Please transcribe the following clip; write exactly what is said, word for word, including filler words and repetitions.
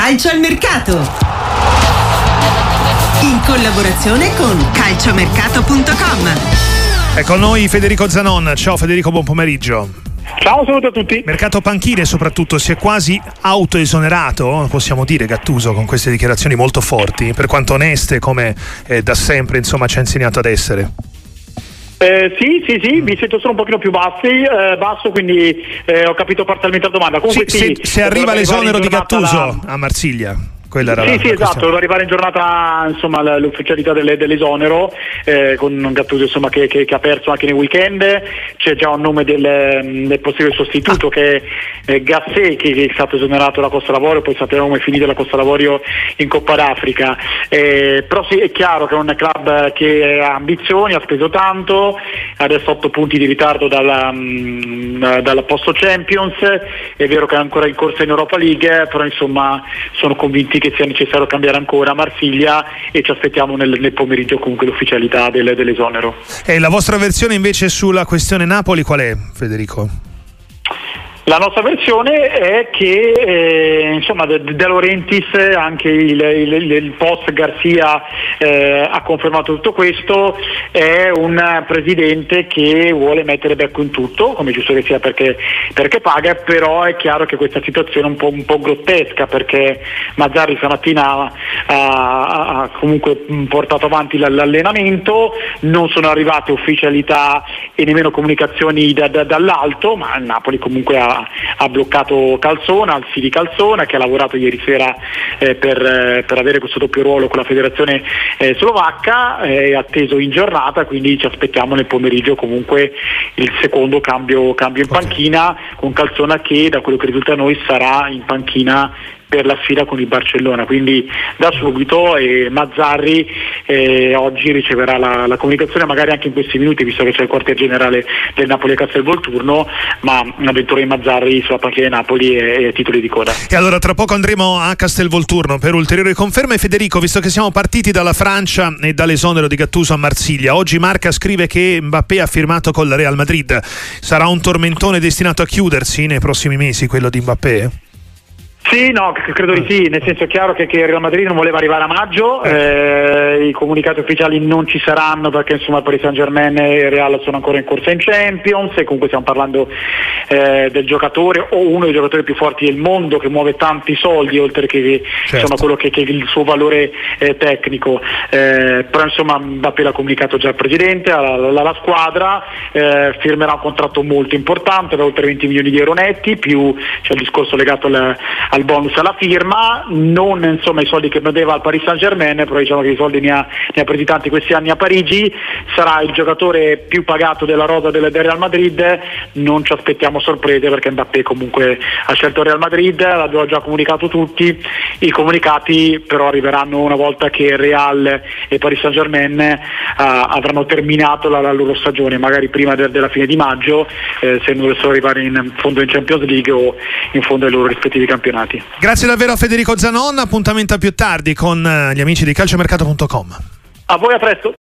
Calcio al mercato, in collaborazione con calciomercato punto com. È con noi Federico Zanon. Ciao Federico, buon pomeriggio. Ciao, saluto a tutti. Mercato panchine soprattutto, si è quasi autoesonerato, possiamo dire, Gattuso, con queste dichiarazioni molto forti, per quanto oneste, come eh, da sempre insomma ci ha insegnato ad essere. Eh, sì, sì, sì, vi sento solo un pochino più bassi, eh, basso, quindi eh, ho capito parzialmente la domanda. Comunque, sì, sì, se, se arriva l'esonero di Gattuso la... a Marsiglia. Quella era sì, la, sì, la esatto, doveva arrivare in giornata insomma l'ufficialità delle, dell'esonero, eh, con un Gattuso insomma che, che, che ha perso anche nei weekend. C'è già un nome del, del possibile sostituto, ah. che è eh, Gasset, che, che è stato esonerato da Costa Lavorio, poi sappiamo come è finita la Costa Lavorio in Coppa d'Africa. Eh, però sì, è chiaro che è un club che ha ambizioni, ha speso tanto, adesso otto punti di ritardo dalla, mh, dalla posto Champions. È vero che è ancora in corsa in Europa League, però insomma sono convinti che sia necessario cambiare ancora a Marsiglia e ci aspettiamo nel, nel pomeriggio comunque l'ufficialità del, dell'esonero. E la vostra versione invece sulla questione Napoli qual è, Federico? La nostra versione è che eh, insomma De, De Laurentiis, anche il, il, il post Garzia eh, ha confermato tutto questo, è un presidente che vuole mettere becco in tutto, come giusto che sia, perché, perché paga, però è chiaro che questa situazione è un po', un po' grottesca, perché Mazzarri stamattina ha, ha, ha comunque portato avanti l'allenamento, non sono arrivate ufficialità e nemmeno comunicazioni da, da, dall'alto, ma il Napoli comunque ha ha bloccato Calzona, il Sidi Calzona, che ha lavorato ieri sera eh, per, eh, per avere questo doppio ruolo con la federazione eh, slovacca, è eh, atteso in giornata, quindi ci aspettiamo nel pomeriggio comunque il secondo cambio, cambio in panchina, con Calzona che da quello che risulta a noi sarà in panchina per la sfida con il Barcellona, quindi da subito e Mazzarri eh, oggi riceverà la, la comunicazione, magari anche in questi minuti, visto che c'è il quartier generale del Napoli a Castelvolturno, ma un'avventura di Mazzarri sulla panchina di Napoli è, è titoli di coda. E allora tra poco andremo a Castelvolturno per ulteriori conferme. Federico, visto che siamo partiti dalla Francia e dall'esonero di Gattuso a Marsiglia, oggi Marca scrive che Mbappé ha firmato col Real Madrid. Sarà un tormentone destinato a chiudersi nei prossimi mesi, quello di Mbappé? Sì, no, credo di sì, nel senso è chiaro che, che il Real Madrid non voleva arrivare a maggio, eh, i comunicati ufficiali non ci saranno perché insomma il Paris Saint-Germain e il Real sono ancora in corsa in Champions e comunque stiamo parlando eh, del giocatore o uno dei giocatori più forti del mondo che muove tanti soldi oltre che certo. insomma, quello che, che è il suo valore eh, tecnico, eh, però insomma Mbappé l'ha comunicato già il presidente, la, la, la squadra eh, firmerà un contratto molto importante da oltre venti milioni di euro netti, più c'è il discorso legato al al bonus alla firma, non insomma i soldi che prendeva al Paris Saint-Germain, però diciamo che i soldi ne ha, ne ha presi tanti questi anni a Parigi, sarà il giocatore più pagato della rosa del, del Real Madrid, non ci aspettiamo sorprese perché Mbappé comunque ha scelto il Real Madrid, l'abbiamo già comunicato tutti, i comunicati però arriveranno una volta che Real e Paris Saint-Germain uh, avranno terminato la, la loro stagione, magari prima de, della fine di maggio, eh, se non dovessero arrivare in fondo in Champions League o in fondo ai loro rispettivi campionati. Grazie davvero a Federico Zanon, appuntamento a più tardi con gli amici di calciomercato punto com. A voi, a presto.